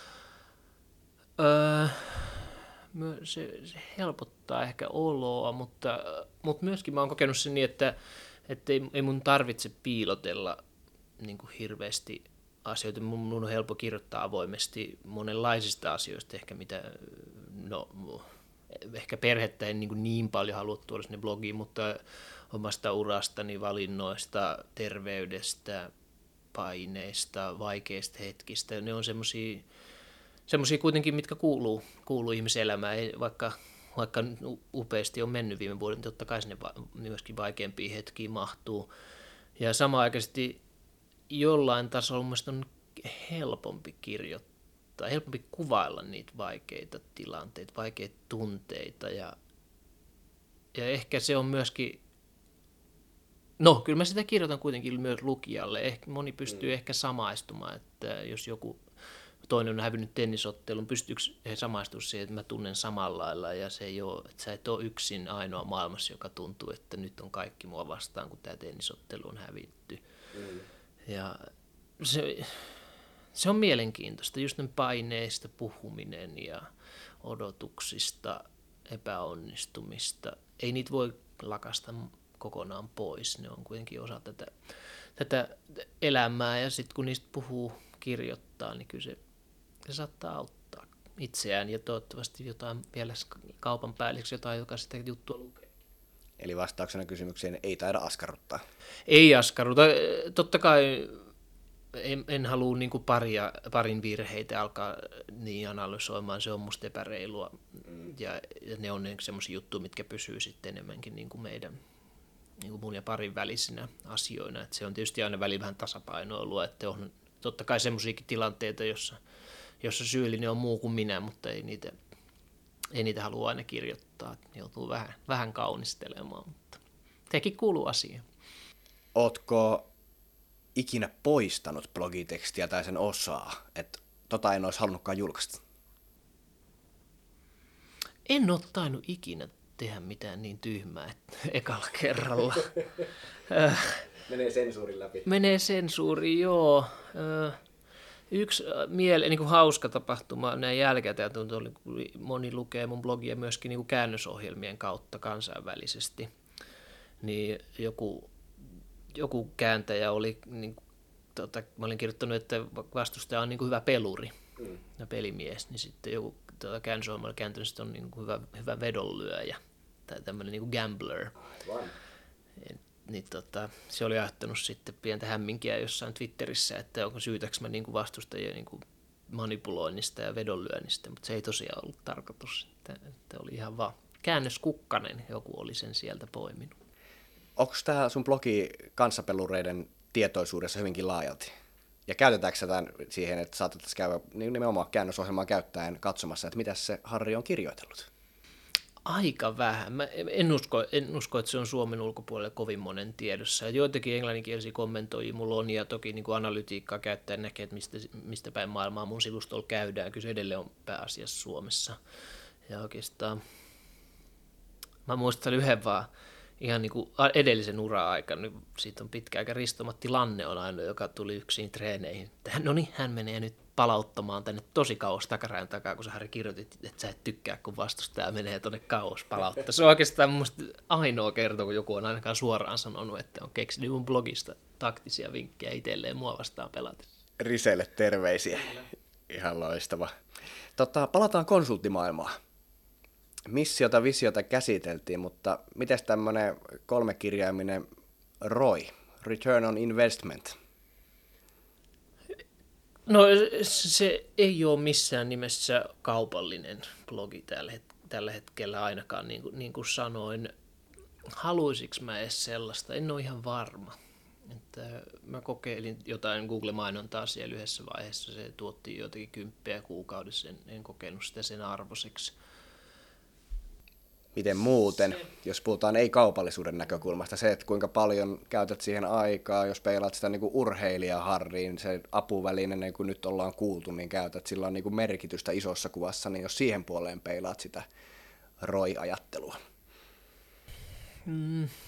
Öö, se, se helpottaa ehkä oloa, mutta, mutta myöskin mä oon kokenut sen niin, että, että ei, ei mun tarvitse piilotella niin kuin hirveästi asioita. Mun on helppo kirjoittaa avoimesti monenlaisista asioista, ehkä mitä, no, ehkä perhettä en niin, niin paljon halua tuoda sinne blogiin, mutta omasta urastani, valinnoista, terveydestä, paineista, vaikeista hetkistä, ne on semmoisia semmoisia kuitenkin, mitkä kuuluu, kuuluu ihmiselämään, vaikka, vaikka upeasti on mennyt viime vuoden, niin totta kai sinne myöskin vaikeampia hetkiä mahtuu. Ja samanaikaisesti jollain tasolla mielestäni on helpompi kirjoittaa, helpompi kuvailla niitä vaikeita tilanteita, vaikeita tunteita. Ja, ja ehkä se on myöskin, no kyllä mä sitä kirjoitan kuitenkin myös lukijalle. Ehkä, moni pystyy mm. ehkä samaistumaan, että jos joku toinen on hävinnyt tennisottelun, pystyykö he samaistumaan siihen, että mä tunnen samalla lailla ja se ei ole, että sä et ole yksin ainoa maailmassa, joka tuntuu, että nyt on kaikki mua vastaan, kun tämä tennisottelu on hävitty. Mm. Ja se, se on mielenkiintoista, just ne paineista puhuminen ja odotuksista, epäonnistumista. Ei niitä voi lakasta kokonaan pois, ne on kuitenkin osa tätä, tätä elämää ja sitten kun niistä puhuu, kirjoittaa, niin kyllä se, se saattaa auttaa itseään ja toivottavasti jotain vielä kaupan päälliseksi jotain, joka sitä juttua lukee. Eli vastauksena kysymykseen ei taida askarruttaa. Ei askarruta. Totta kai en, en halua niin kuin paria, parin virheitä alkaa niin analysoimaan, se on musta epäreilua. Mm. Ja, ja ne on semmoisia juttuja, mitkä pysyy sitten enemmänkin niin kuin meidän, niin kuin mun ja parin välisinä asioina. Et se on tietysti aina välillä vähän tasapainoilua, että on totta kai semmoisiakin tilanteita, jossa, jossa syyllinen on muu kuin minä, mutta ei niitä, ei niitä halua aina kirjoittaa. Joutuu vähän, vähän kaunistelemaan, mutta sekin kuuluu asiaan. Ootko ikinä poistanut blogitekstiä tai sen osaa, että tota en olisi halunnutkaan julkaista? En ole tainnut ikinä tehdä mitään niin tyhmää, että ekalla kerralla. Menee sensuurin läpi. Menee sensuuri, joo. Yksi miele, niin kuin hauska tapahtuma näin jälkikäteen, moni lukee mun blogia myöskin niin kuin käännösohjelmien kautta kansainvälisesti, niin joku, joku kääntäjä oli, niin kuin, tota, mä olin kirjoittanut, että vastustaja on niin kuin hyvä peluri mm. ja pelimies, niin sitten joku tota, käännösohjelma oli kääntänyt, että on niin kuin hyvä, hyvä vedonlyöjä tai tämmöinen niin kuin gambler. Aivan. Niin tota, se oli aiheuttanut sitten pientä hämminkiä jossain Twitterissä, että onko syytäks mä niinku vastustajia niinku manipuloinnista ja vedonlyönnistä, mutta se ei tosiaan ollut tarkoitus, että, että oli ihan vaan käännöskukkanen, joku oli sen sieltä poiminut. Onko tämä sun blogi kanssapelureiden tietoisuudessa hyvinkin laajalti? Ja käytetäänkö sitä siihen, että saatettaisiin käydä nimenomaan käännösohjelmaa käyttäen katsomassa, että mitä se Harri on kirjoitellut? Aika vähän. Mä en usko, en usko, että se on Suomen ulkopuolella kovin monen tiedossa. Joitakin englanninkielisiä kommentoijia mulla on, ja toki niin kuin analytiikkaa käyttäen näkee, että mistä, mistä päin maailmaa mun sivustolla käydään. Kyllä se edelleen on pääasiassa Suomessa. Ja oikeastaan mä muistan yhden vaan ihan niin kuin edellisen ura-aikana, niin siitä on pitkä aika, Risto-Matti Lanne on ainoa, joka tuli yksin treeneihin. No niin, hän menee nyt palauttamaan tänne tosi kauas takarajan takaa, kun sä Harri kirjoitit, että sä et tykkää, kun vastustaja menee tuonne kauas palauttaa. Se on oikeastaan mun ainoa kerta, kun joku on ainakaan suoraan sanonut, että on keksinyt mun blogista taktisia vinkkejä itselleen mua vastaan pelata. Riselle terveisiä. Ihan loistava. Totta, palataan konsulttimaailmaan. Missiota, visiota käsiteltiin, mutta miten tämmöinen kolmekirjaiminen R O I, Return on Investment? No se ei ole missään nimessä kaupallinen blogi tällä, het- tällä hetkellä ainakaan, niin kuin, niin kuin sanoin. Haluaisinko mä edes sellaista? En ole ihan varma. Että mä kokeilin jotain Google-mainontaa siellä yhdessä vaiheessa, se tuotti jotakin kymppejä kuukaudessa, en, en kokenut sitä sen arvoiseksi. Miten muuten, jos puhutaan ei-kaupallisuuden näkökulmasta, se, että kuinka paljon käytät siihen aikaa, jos peilaat sitä niin kuin urheilija-Harriin, se apuväline, niin kuin nyt ollaan kuultu, niin käytät, sillä on niin kuin merkitystä isossa kuvassa, niin jos siihen puoleen peilaat sitä R O I-ajattelua. Hmm.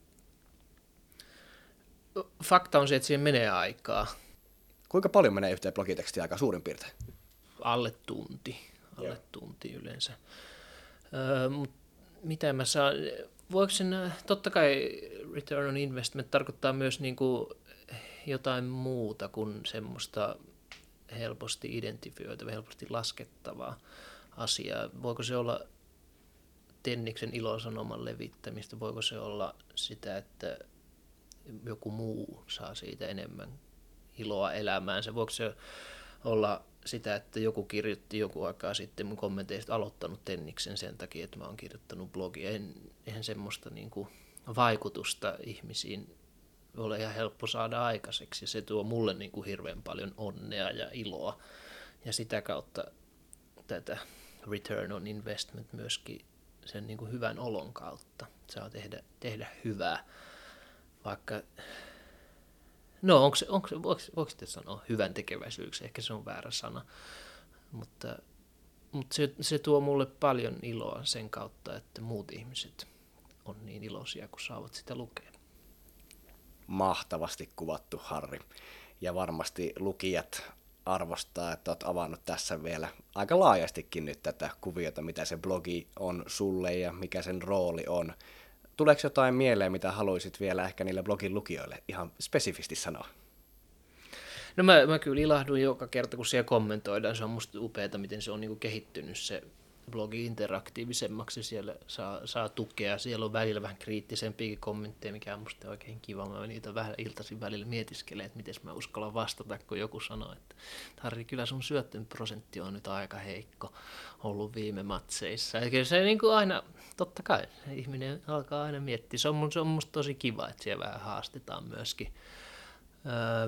Fakta on se, että siihen menee aikaa. Kuinka paljon menee yhteen blogitekstiin aikaa suurin piirtein? Alle tunti, alle Joo. tunti yleensä. Öö, mutta mitä mä saan, voiko sen, totta kai return on investment tarkoittaa myös niin kuin jotain muuta kuin semmoista helposti identifioitavaa, helposti laskettavaa asiaa. Voiko se olla Tenniksen ilosanoman levittämistä, voiko se olla sitä, että joku muu saa siitä enemmän iloa elämäänsä, voiko se olla sitä, että joku kirjoitti joku aikaa sitten mun kommenteista aloittanut Tenniksen sen takia, että mä oon kirjoittanut blogia. En, eihän semmoista niin kuin vaikutusta ihmisiin ole ihan helppo saada aikaiseksi. Se tuo mulle niin kuin hirveän paljon onnea ja iloa. Ja sitä kautta tätä return on investment myöskin sen niin kuin hyvän olon kautta. Saa tehdä, tehdä hyvää. Vaikka, no onko se, onko se, voiko, voiko sitten sanoa hyvän tekeväisyydeksi, ehkä se on väärä sana, mutta, mutta se, se tuo mulle paljon iloa sen kautta, että muut ihmiset on niin iloisia, kun saavat sitä lukea. Mahtavasti kuvattu, Harri, ja varmasti lukijat arvostaa, että olet avannut tässä vielä aika laajastikin nyt tätä kuviota, mitä se blogi on sulle ja mikä sen rooli on. Tuleeko jotain mieleen, mitä haluaisit vielä ehkä niille blogin lukijoille ihan spesifisti sanoa? No mä, mä kyllä ilahduin joka kerta, kun siellä kommentoidaan. Se on musta upeata, miten se on niinku kehittynyt se blogi interaktiivisemmaksi, siellä saa, saa tukea, siellä on välillä vähän kriittisempiäkin kommentteja, mikä on musta oikein kiva, mä niitä vähän iltaisin välillä mietiskelen, että miten mä uskallan vastata, kun joku sanoo, että Harri, kyllä sun syöttöprosentti on nyt aika heikko ollut viime matseissa, ja kyllä se niin kuin aina, totta kai, ihminen alkaa aina miettiä, se on, se on musta tosi kiva, että siellä vähän haastetaan myöskin. Öö,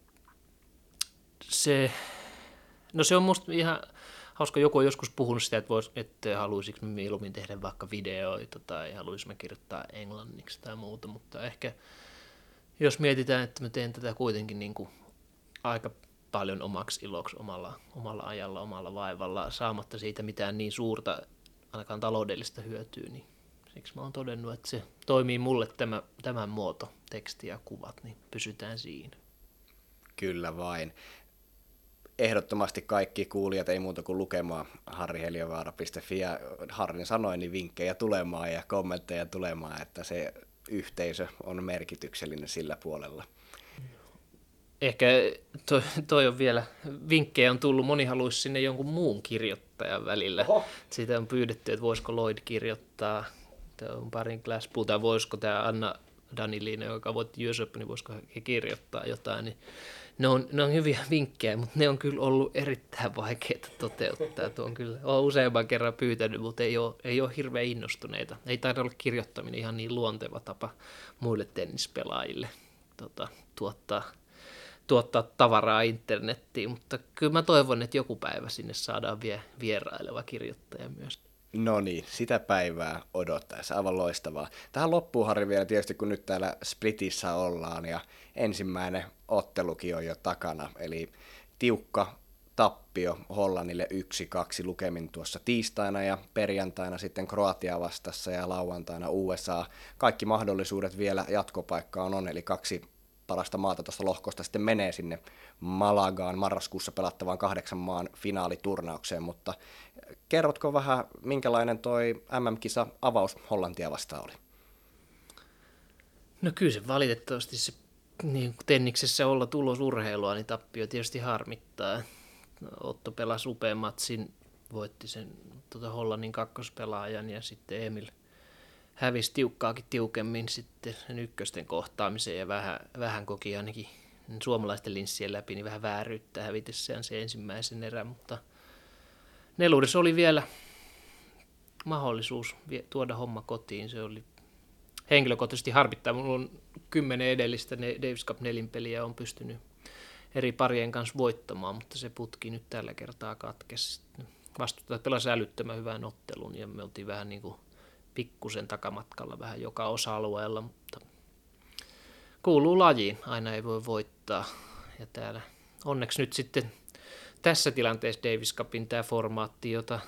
se, no se on musta ihan hauska, joku on joskus puhunut sitä, että, vois, että haluaisinko mä mieluummin tehdä vaikka videoita tai haluaisin mä kirjoittaa englanniksi tai muuta, mutta ehkä jos mietitään, että mä teen tätä kuitenkin niin kuin aika paljon omaksi iloksi omalla, omalla ajalla, omalla vaivalla, saamatta siitä mitään niin suurta, ainakaan taloudellista hyötyä, niin siksi mä oon todennut, että se toimii mulle tämä, tämän muoto, teksti ja kuvat, niin pysytään siinä. Kyllä vain. Ehdottomasti kaikki kuulijat ei muuta kuin lukemaan harri heliövaara piste fi ja Harrin sanoin, niin vinkkejä tulemaan ja kommentteja tulemaan, että se yhteisö on merkityksellinen sillä puolella. Ehkä toi, toi on vielä, vinkkejä on tullut, moni haluaisi sinne jonkun muun kirjoittajan välillä. Oho. Siitä on pyydetty, että voisiko Lloyd kirjoittaa, tämä on parin Glasspool, tai voisiko tämä Anna Danilina, joka voitti U S Open, niin voisiko he kirjoittaa jotain, niin Ne on, ne on hyviä vinkkejä, mutta ne on kyllä ollut erittäin vaikeita toteuttaa. Tuo on kyllä, olen useamman kerran pyytänyt, mutta ei ole, ei ole hirveän innostuneita. Ei taida olla kirjoittaminen ihan niin luonteva tapa muille tennispelaajille tota, tuottaa, tuottaa tavaraa internettiin, mutta kyllä mä toivon, että joku päivä sinne saadaan vie, vieraileva kirjoittaja myös. No niin, sitä päivää odottaessa. Aivan loistavaa. Tähän loppuun, Harri, vielä tietysti, kun nyt täällä Splitissä ollaan ja ensimmäinen ottelukin on jo takana, eli tiukka tappio Hollannille yksi kaksi lukemin tuossa tiistaina ja perjantaina sitten Kroatia vastassa ja lauantaina U S A. Kaikki mahdollisuudet vielä jatkopaikkaan on, eli kaksi parasta maata tuosta lohkosta sitten menee sinne Malagaan marraskuussa pelattavaan kahdeksan maan finaaliturnaukseen, mutta kerrotko vähän, minkälainen toi M M-kisa avaus Hollantia vastaan oli? No kyllä se valitettavasti se niin tenniksessä olla tulosurheilua, niin tappio tietysti harmittaa. Otto pelasi upean matsin, voitti sen tota Hollannin kakkospelaajan ja sitten Emil hävisi tiukkaakin tiukemmin sitten sen ykkösten kohtaamiseen ja vähän, vähän koki ainakin suomalaisten linssien läpi niin vähän vääryyttä hävitessään se ensimmäisen erän, mutta neluudessa oli vielä mahdollisuus tuoda homma kotiin. Se oli henkilökohtaisesti harmittaa. Minulla on kymmenen edellistä Davis Cup nelinpeliä on pystynyt eri parien kanssa voittamaan, mutta se putki nyt tällä kertaa katkesi. Vastustajat pelasi älyttömän hyvän ottelun ja me oltiin vähän niin kuin pikkusen takamatkalla vähän joka osa-alueella, mutta kuuluu lajiin, aina ei voi voittaa. Ja täällä onneksi nyt sitten tässä tilanteessa Davis Cupin tämä formaatti, jota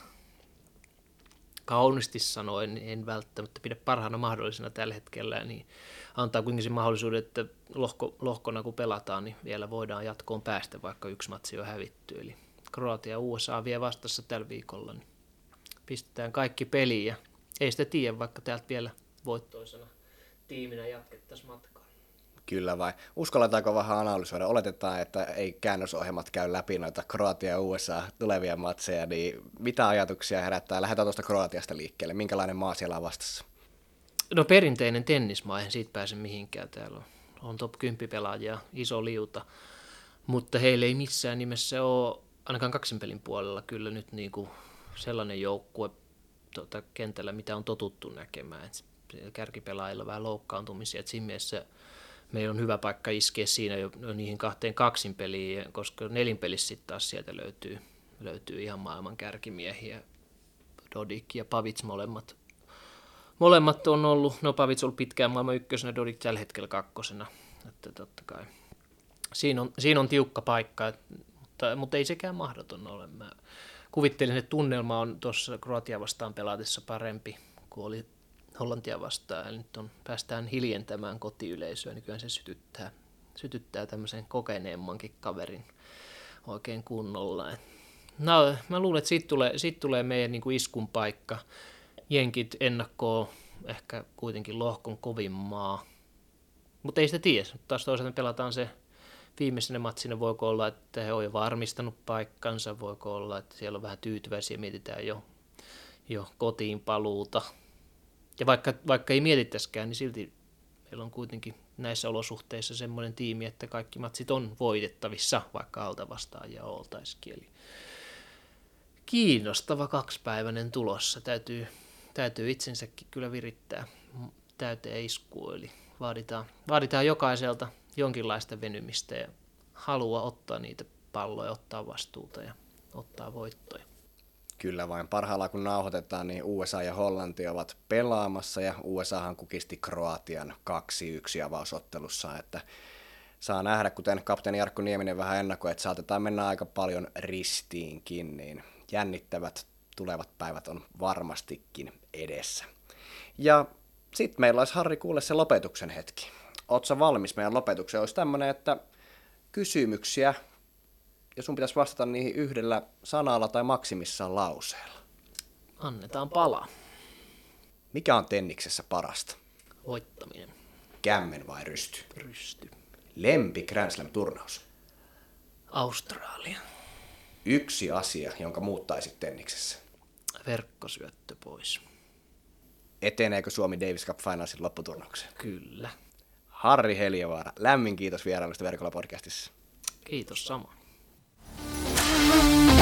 kauniisti sanoen en välttämättä pidä parhaana mahdollisena tällä hetkellä, niin antaa kuitenkin sen mahdollisuuden, että lohko, lohkona kun pelataan, niin vielä voidaan jatkoon päästä, vaikka yksi matsi on hävitty. Eli Kroatia ja U S A vie vastassa tällä viikolla, niin pistetään kaikki peliin ja ei sitä tiedä, vaikka täältä vielä voittoisena tiiminä jatkettaisiin matkaa. Kyllä vai. Uskalletaanko vähän analysoida? Oletetaan, että ei käännösohjelmat käy läpi noita Kroatia ja U S A tulevia matseja, niin mitä ajatuksia herättää? Lähdetään tuosta Kroatiasta liikkeelle. Minkälainen maa siellä on vastassa? No perinteinen tennismaa, eihän siitä pääse mihinkään. Täällä on, on top kymmenen pelaajia, iso liuta, mutta heillä ei missään nimessä ole, ainakaan kaksinpelin puolella kyllä nyt niin kuin sellainen joukkue tuota, kentällä, mitä on totuttu näkemään. Kärkipelaajilla on vähän loukkaantumisia, että siinä mielessä meillä on hyvä paikka iskeä siinä jo niihin kahteen kaksinpeliin, koska nelinpelissä sitten taas sieltä löytyy, löytyy ihan maailman kärkimiehiä. Dodik ja Pavic molemmat. Molemmat on ollut, no Pavic on ollut pitkään maailman ykkösenä, Dodik tällä hetkellä kakkosena. Että totta kai. Siinä on, siinä on tiukka paikka, mutta, mutta ei sekään mahdoton ole. Mä kuvittelin, että tunnelma on tuossa Kroatia vastaan pelatessa parempi kuin oli Hollantia vastaan, eli nyt on, päästään hiljentämään kotiyleisöä, niin kyllä se sytyttää, sytyttää tämmöisen kokeneemmankin kaverin oikein kunnolla. No, mä luulen, että siitä tulee, siitä tulee meidän niin kuin iskun paikka. Jenkit ennakkoon ehkä kuitenkin lohkon kovin maa, mutta ei sitä tiedä. Taas toisaalta me pelataan se viimeisenä matsina, voiko olla, että he on jo varmistanut paikkansa, voiko olla, että siellä on vähän tyytyväisiä, mietitään jo jo kotiin paluuta. Ja vaikka, vaikka ei mietittäisikään, niin silti meillä on kuitenkin näissä olosuhteissa semmoinen tiimi, että kaikki matsit on voitettavissa, vaikka alta vastaajia oltaisikin. Eli kiinnostava kaksipäiväinen tulossa. Täytyy, täytyy itsensäkin kyllä virittää täyteen iskuun. Eli vaaditaan, vaaditaan jokaiselta jonkinlaista venymistä ja halua ottaa niitä palloja, ottaa vastuuta ja ottaa voittoja. Kyllä vain. Parhaillaan kun nauhoitetaan, niin U S A ja Hollanti ovat pelaamassa ja U S Ahan kukisti Kroatian kaksi yksi avausottelussa, että saa nähdä, kuten kapteeni Jarkko Nieminen vähän ennakoi, että saatetaan mennä aika paljon ristiinkin, niin jännittävät tulevat päivät on varmastikin edessä. Ja sitten meillä olisi, Harri, kuule se lopetuksen hetki. Ootko valmis meidän lopetukseen? Olisi tämmöinen, että kysymyksiä, ja sun pitäisi vastata niihin yhdellä sanalla tai maksimissaan lauseella. Annetaan palaa. Mikä on tenniksessä parasta? Voittaminen. Kämmen vai rysty? Rysty. Lempi Grand Slam-turnaus? Australia. Yksi asia, jonka muuttaisit tenniksessä? Verkkosyöttö pois. Eteneekö Suomi Davis Cup Finalsin lopputurnaukseen? Kyllä. Harri Heliövaara, lämmin kiitos vierailusta Verkolla podcastissa. Kiitos samoin.